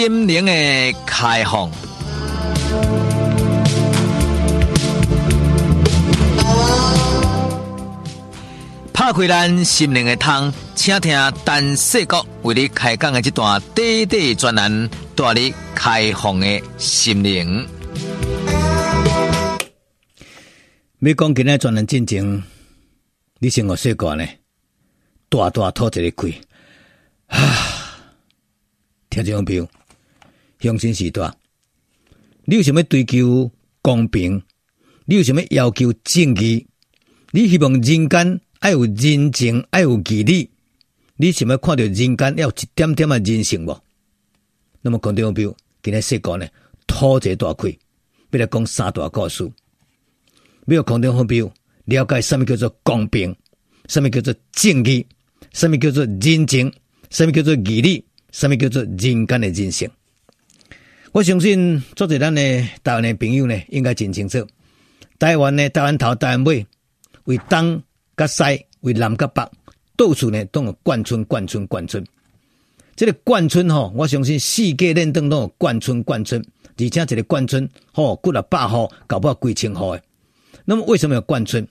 心灵的开放。拍开咱心灵的窗，请听陈世国为你开讲的这段短短专栏，带你开放的心灵。 要讲今仔专栏进前，你先我说过呢，大大吐一个气，听众朋友，雄心时代，你有想要追求公平？你有想要要求正义？你希望人间要有人情，要有义理？你想要看到人间要有一点点的人性无？那么听众朋友，今仔说过呢，吐一个大气，要来讲三大故事。要听众朋友了解什么叫做公平，什么叫做正义，什么叫做人情，什么叫做义理，什么叫做人间的人性。我相信做者咱的台湾的朋友呢，应该真清楚。台湾呢，台湾头、台湾尾，为东甲西，为南甲北，到处呢都有贯村。这个贯村吼，我相信世界认同都有贯村，而且这个贯村吼，几100户，搞不好几千户的。那么为什么要贯村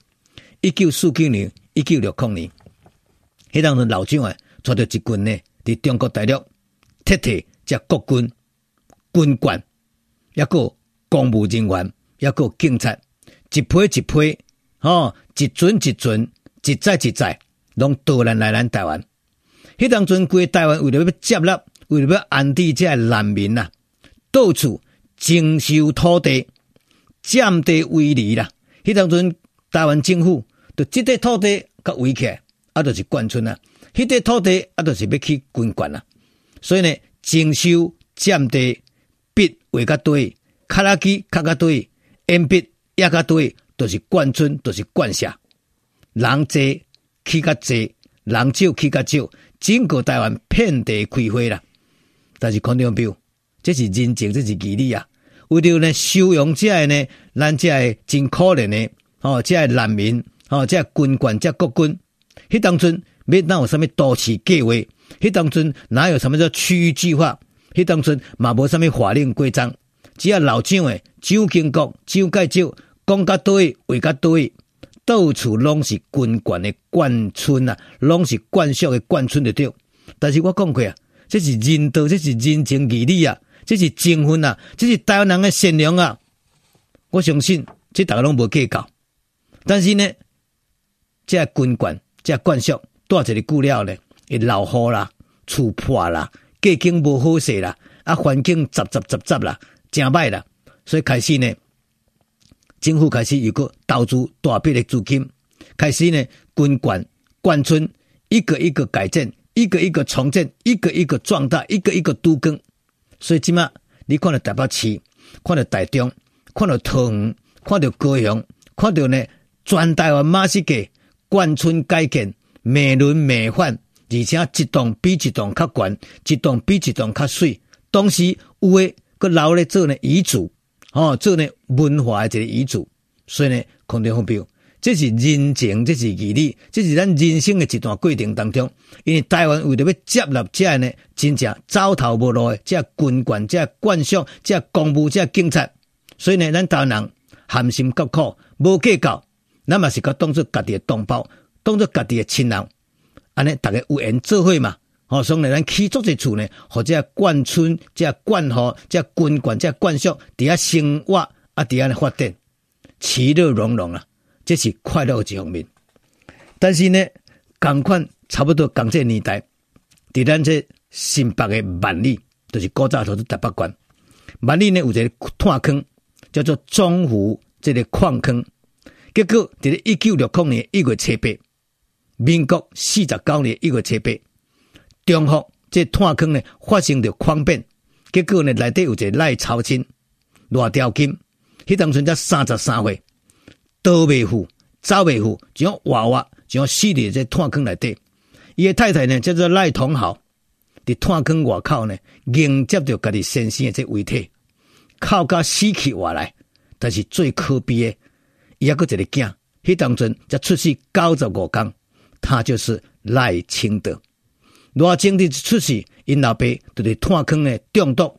？1949年、1960年，迄当时老蒋带着一群呢，伫中国大陆铁铁这国军、军官，也有公务人员，也有警察，一批，一船，一载，拢渡来咱台湾。迄当阵规台湾为了要接纳，为了要安置这难民啊，到处征收土地，占地为利啦。迄当阵台湾政府就这块土地甲围起来，就是贯村啊；迄块土地就是要去军管啦。所以呢，征收占地，笔画甲对，卡拉机卡甲对，鉛笔压甲对，就是贯村，就是贯下。人济去甲济，人少去甲少，整个台湾遍地开花啦。但是看到没有？这是人情，这是义理啊！为了呢收容这的呢，咱这的真可怜的这的难民这军官这国军，迄当阵要哪有什么都市计划？迄当阵哪有什么叫区域计划？迄当阵嘛无什么法令规章，只要老蒋的蒋经国、蒋介石讲甲对，话甲对，到处拢是军官的贯村啊，拢是灌属的贯村就对。但是我讲过啊，这是人道，这是人情义理啊。这是情分啊，这是台湾人的善良啊！我相信这大家拢无计较。但是呢，这军官、这灌属带一个久了呢，会老火啦、厝破啦、家境无好势啦，环境杂啦，真歹啦。所以开始呢，政府开始有个投资大笔的资金，开始呢，军官、贯村一个一个改正，一个一个重建，一个一个壮大，一个一个都更。所以即马你看到台北市，看到台中，看到桃园，看到高雄，看到呢全台湾马世界贯村改建，美轮美奂，而且一栋比一栋较悬，一栋比一栋较水。同时有诶佮留咧做呢遗嘱，做呢文化的一个遗嘱。所以呢，空中朋友，这是人情，这是义理，这是咱人生的一段过程当中。因为台湾为了要接纳这呢，真正走投无路的这军官、这官属、这公务、这警察，所以呢，咱台湾人含辛茹苦，无计较，咱嘛是甲当作家己的同胞，当作家己的亲人，安尼大家有缘做伙嘛。所以呢，咱起足一厝呢，或者贯村、这贯户、这军官、这官属，伫遐生活伫遐发展，其乐融融啊，这是快乐的一方面。但是呢，同款差不多同这年代，伫咱这新北的万里，就是古早头是台北县。万里呢有一个炭坑，叫做中湖这个矿坑。结果伫1960年1月7日，民国49年1月7日，中福这炭坑呢发生着矿变，结果呢内底有一个赖超清、赖条金，迄当阵才33岁，逃袂赴，走袂赴，就活就死伫这炭坑内底。伊的太太呢叫做赖同豪，伫炭坑外口呢迎接着家己先生的这遗体，靠甲死去活来。但是最可悲的，伊还佫一个囝，迄当阵才出世95天，他就是赖清德。赖清德出世，因老爸就伫炭坑的中毒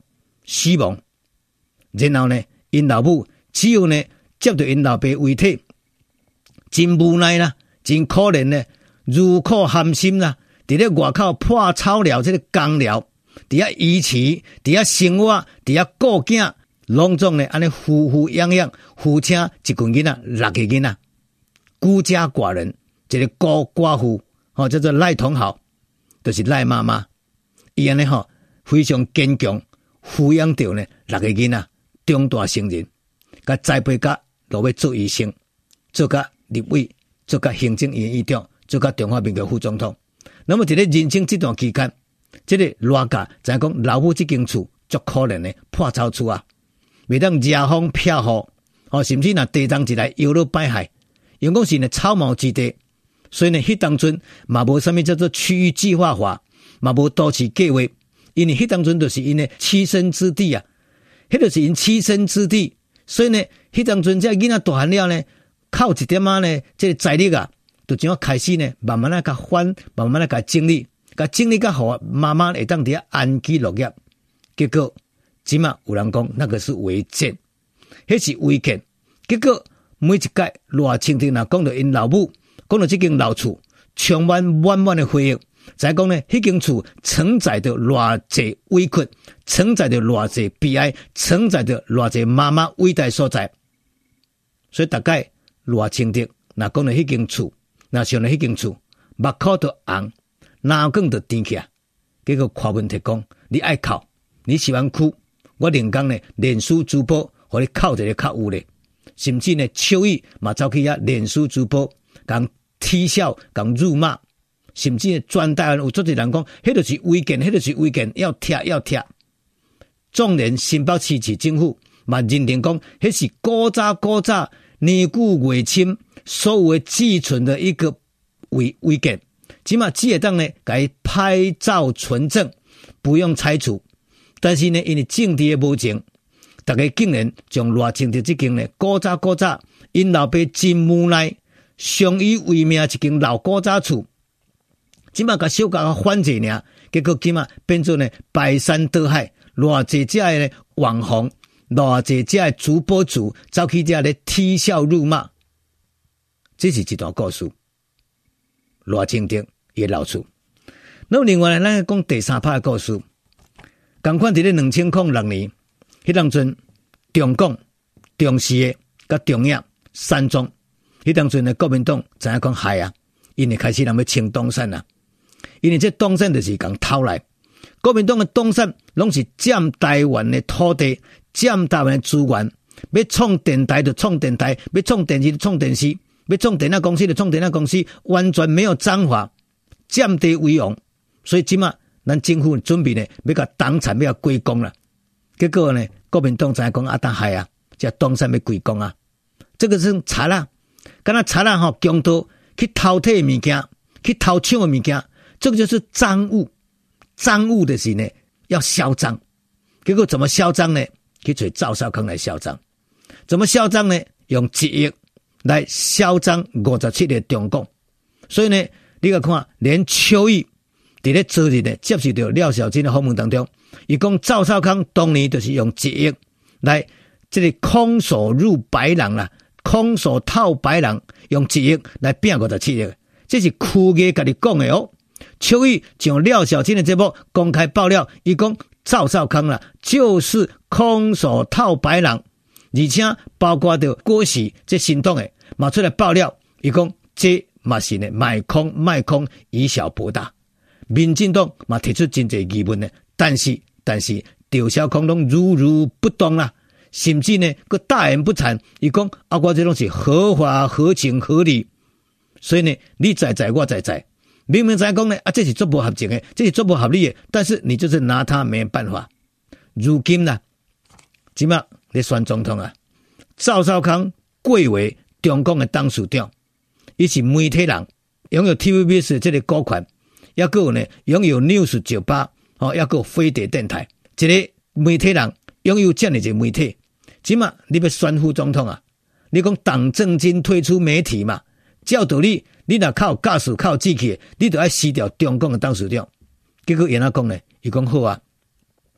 死亡。然后呢，因老母只有呢接到因老爸遗体，真无奈啦，真可怜呢，如苦含辛啦，伫咧外口破草料这个工料，伫遐医治，伫遐生活，伫遐顾囝，拢总呢安尼呼呼养养，扶请一群囡仔，6个囡仔，孤家寡人，一个寡妇，叫做赖同好，就是赖妈妈，伊安尼非常坚强，抚养着呢6个囡仔，长大成人，甲栽培甲落要做医生，做甲立委，做甲行政院院长，做甲中华民国副总统。那么伫咧人生这段期间，这个赖家知讲老母这间厝足可怜的破草厝啊，袂当热风劈雨，甚至若地动一来摇落摆害，因讲是呢草莽之地，所以呢迄当阵嘛无啥物叫做区域计划法，嘛无都市计划，因为迄当阵就是因的栖身之地啊，迄就是因栖身之地，所以呢迄当阵这囡仔大汉了呢，靠一点啊呢，这个财力啊，就怎样开始呢，慢慢甲翻，慢慢甲整理甲好，妈妈会当伫遐安居乐业。结果即马有人讲那个是违建，迄是违建。结果每一届赖清德若讲到因老母，讲到这间老厝，充满的回忆。再讲呢，迄间厝承载着偌济委屈，承载着偌济悲哀，承载着偌济妈妈伟大所在。所以大概赖清德若讲到迄间厝，若想到迄间厝，目眶都红，脑梗都甜起来。结果看问题讲，你爱哭，你喜欢哭，我连讲呢，脸书主播互你哭一个较有咧，甚至呢，秋意嘛走去遐脸书主播，讲啼笑，讲辱骂，甚至呢，全台湾有足侪人讲，迄就是违建，迄就是违建，要拆。纵然新北市政府嘛认定讲，迄是古早年久月深所有的寄存的一个违建，起码只会当呢，给拍照存证，不用拆除。但是呢，因为政治的无情，大家竟然将赖清德这间呢古早，因老爸真无奈，相依为命一间老古早厝，即马甲小甲反者尔，结果即马变做呢排山倒海，偌济只的网红，偌济只的主播主走去遮咧啼笑辱骂，这是一段故事。赖清德也老厝。那么另外呢，咱讲第三趴的故事。同款伫咧2006年，迄当阵中共、中视的甲中央、三中，迄当阵呢国民党知影讲害啊，因为开始人要清东山啊，因为这东山就是讲偷来，国民党的东山拢是占台湾的土地，占台湾的资源，要创电台就创电台，要创电视就创电视，要创电脑公司就创电脑公司，完全没有章法，占地为王，所以即马。咱政府准备呢，要甲党产要归公了，结果呢，国民党才讲当害啊，这东山要归公啊，这个是贼啦，敢若贼啦强盗去偷摕物件，去偷抢的物件，这个就是赃物，赃物的是呢要销赃，结果怎么销赃呢？去找赵少康来销赃，怎么销赃呢？用1亿来销赃57个中共，所以呢，你看连邱毅。伫咧昨日呢，接受到廖小金的访问当中，伊讲赵少康当年就是用1亿来这个空手入白狼啦，空手套白狼，用1亿来变57亿，这是区爷家己讲的哦。邱毅将廖小金的节目公开爆料，伊讲赵少康啦，就是空手套白狼，而且包括着郭喜这行动的，嘛出来爆料，伊讲这嘛是呢卖空以小博大。民进党嘛提出真侪疑问呢，但是赵少康拢如不动啦，甚至呢个大言不惭，伊讲我这拢是合法、合情、合理，所以呢你在我在，明明在讲呢这是足不合情的，这是足不合理的，但是你就是拿他没办法。如今呢，即马咧选总统啊，赵少康贵为中共的董事长，伊是媒体人，拥有 TVBS 这个股权。也有呢，拥有 News 98，也有飞碟电台，一个媒体人拥有这样的一个媒体，即嘛你要选副总统啊？你讲党政军退出媒体嘛？照道理，你若靠驾驶靠机器，你就要撕掉中共的董事长。结果伊哪讲呢？伊讲好啊，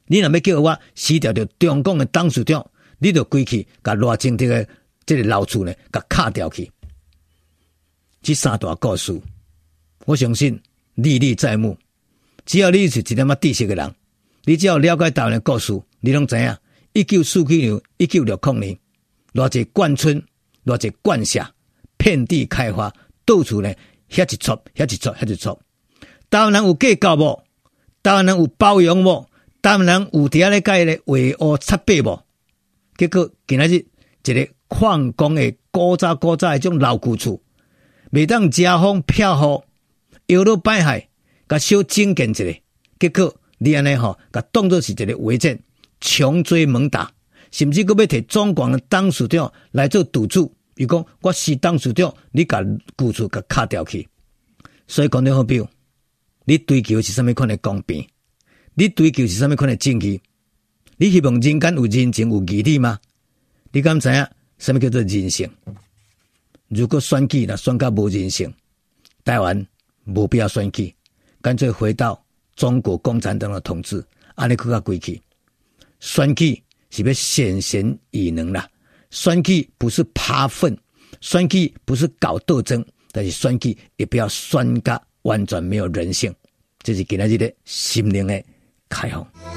你若要叫我撕掉着中共的董事长，你就归去甲赖清德的这个老厝呢，甲卡掉去。这三大故事，我相信历历在目。只要你是一点仔知识的人，你只要了解台湾的故事，你拢知影1949年、1960年，偌济眷村、偌济眷舍，遍地开花，到处呢，遐一撮。台湾人有计较无？台湾人有包容无？台湾人有伫遐咧甲伊咧围殴插白无？结果今仔日一个矿工的古早的种老旧厝，袂当遮风飘雨，摇落摆海，甲小整建一下，结果你安尼吼，甲当作是一个围战，穷追猛打，甚至佫要摕中国的董事长来做赌注。伊讲我是董事长，你甲旧厝甲卡掉去。所以讲得好表，你追求是啥物款的公平？你追求是啥物款的正义？你希望人间有人情有义理吗？你敢知影什么叫做人性？如果选举若选到无人性，台湾无必要选举，干脆回到中国共产党的统治，安尼更较规矩。选举是要显贤以能啦，选举不是扒粪，选举不是搞斗争，但是选举也不要选到完全没有人性。这是今仔日的心灵的开放。